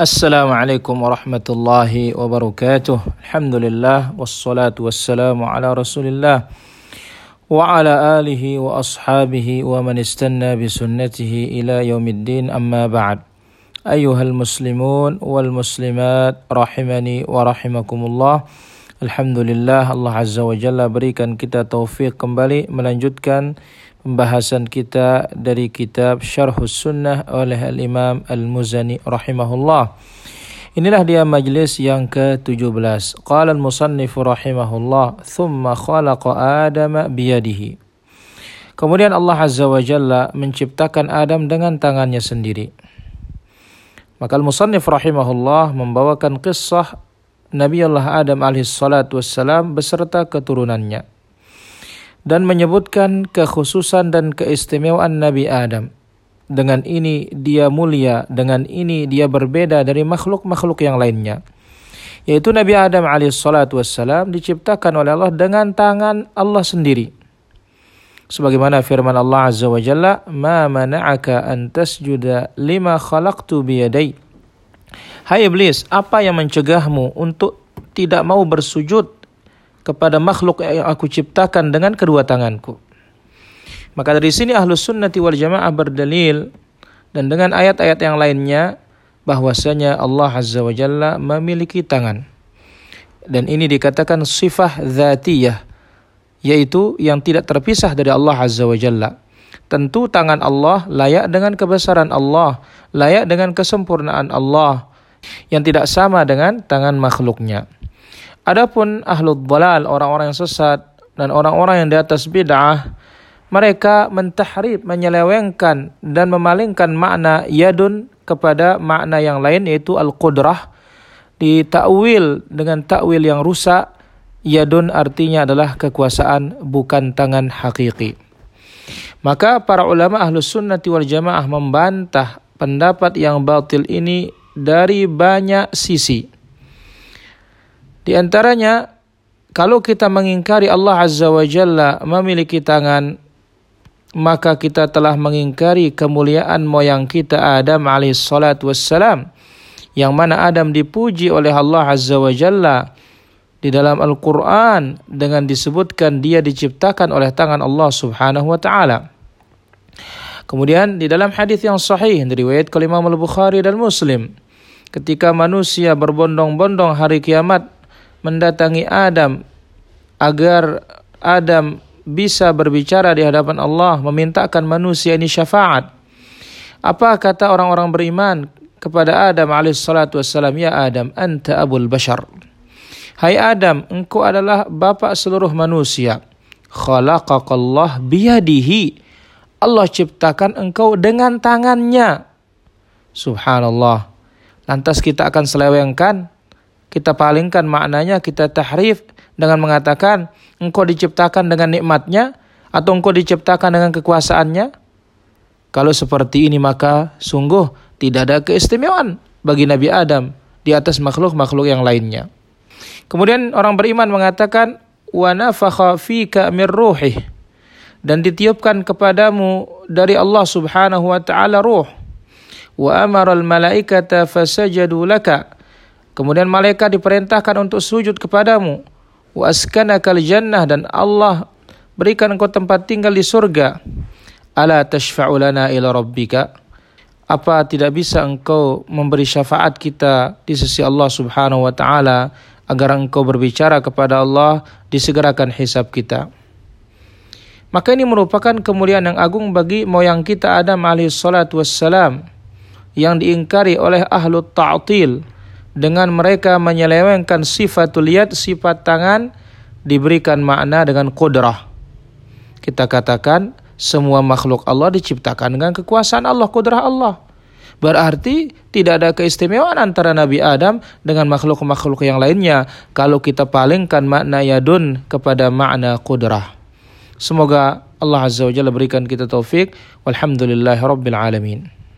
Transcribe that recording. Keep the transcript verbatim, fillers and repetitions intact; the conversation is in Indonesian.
Assalamualaikum warahmatullahi wabarakatuh. Alhamdulillah wassalatu wassalamu ala Rasulillah wa ala alihi wa ashabihi wa man istanna bi sunnatihi ila yaumiddin, amma ba'd. Ayyuhal muslimun wal muslimat rahimani wa rahimakumullah. Alhamdulillah, Allah Azza wa Jalla berikan kita taufik kembali melanjutkan pembahasan kita dari kitab Syarhus Sunnah oleh Al-Imam Al-Muzani rahimahullah. Inilah dia majlis yang ke tujuh belas. Qala al-musannifu rahimahullah, thumma khalaqa Adama biyadihi. Kemudian Allah Azza wa Jalla menciptakan Adam dengan tangannya sendiri. Maka al-musannif rahimahullah membawakan kisah Nabi Allah Adam alaihi salatu wassalam beserta keturunannya, dan menyebutkan kekhususan dan keistimewaan Nabi Adam. Dengan ini dia mulia, dengan ini dia berbeda dari makhluk-makhluk yang lainnya. Yaitu Nabi Adam alaihi salatu wassalam diciptakan oleh Allah dengan tangan Allah sendiri. Sebagaimana firman Allah Azza wa Jalla, "Ma mana'aka an tasjuda lima khalaqtu biyadai." Hai iblis, apa yang mencegahmu untuk tidak mau bersujud kepada makhluk yang aku ciptakan dengan kedua tanganku? Maka dari sini Ahlus Sunnati wal Jamaah berdalil dan dengan ayat-ayat yang lainnya bahwasanya Allah Azza wa Jalla memiliki tangan. Dan ini dikatakan sifah dzatiyah, yaitu yang tidak terpisah dari Allah Azza wa Jalla. Tentu tangan Allah layak dengan kebesaran Allah, layak dengan kesempurnaan Allah, yang tidak sama dengan tangan makhluknya. Adapun ahlul dhalal, orang-orang yang sesat dan orang-orang yang di atas bid'ah, mereka mentahrif, menyelewengkan dan memalingkan makna yadun kepada makna yang lain, yaitu al-qudrah. Ditakwil dengan takwil yang rusak. Yadun artinya adalah kekuasaan, bukan tangan hakiki. Maka para ulama Ahlus Sunnati wal Jamaah membantah pendapat yang batil ini dari banyak sisi. Di antaranya, kalau kita mengingkari Allah Azza wa Jalla memiliki tangan, maka kita telah mengingkari kemuliaan moyang kita Adam alaihi salatu wassalam, yang mana Adam dipuji oleh Allah Azza wa Jalla di dalam Al-Quran dengan disebutkan dia diciptakan oleh tangan Allah Subhanahu wa ta'ala. Kemudian di dalam hadis yang sahih dari riwayat Imam Al-Bukhari dan Muslim, ketika manusia berbondong-bondong hari kiamat mendatangi Adam agar Adam bisa berbicara di hadapan Allah, memintakan manusia ini syafaat. Apa kata orang-orang beriman kepada Adam alaihi salatu wassalam? Ya Adam, anta abul bashar. Hai Adam, engkau adalah bapak seluruh manusia. Khalaqakallah biyadihi. Allah ciptakan engkau dengan tangannya. Subhanallah. Lantas kita akan selewengkan, kita palingkan maknanya, kita tahrif dengan mengatakan engkau diciptakan dengan nikmatnya atau engkau diciptakan dengan kekuasaannya. Kalau seperti ini maka sungguh tidak ada keistimewaan bagi Nabi Adam di atas makhluk-makhluk yang lainnya. Kemudian orang beriman mengatakan wa nafakha fika min ruhih, dan ditiupkan kepadamu dari Allah Subhanahu wa ta'ala ruh. Wa amara al-malaikata fasajadu laka, kemudian malaikat diperintahkan untuk sujud kepadamu. Wa askanakal jannah, dan Allah berikan engkau tempat tinggal di surga. Ala tashfa'u lana ila rabbika, apa tidak bisa engkau memberi syafaat kita di sisi Allah Subhanahu wa ta'ala agar engkau berbicara kepada Allah, disegerakan hisab kita. Maka ini merupakan kemuliaan yang agung bagi moyang kita Adam alaihi salatu wassalam, yang diingkari oleh ahlut ta'til dengan mereka menyelewengkan sifatul yad, sifat tangan, diberikan makna dengan qudrah. Kita katakan semua makhluk Allah diciptakan dengan kekuasaan Allah, qudrah Allah. Berarti tidak ada keistimewaan antara Nabi Adam dengan makhluk-makhluk yang lainnya kalau kita palingkan makna yadun kepada makna qudrah. Semoga Allah Azza wa Jalla berikan kita taufik. Walhamdulillahi Rabbil Alamin.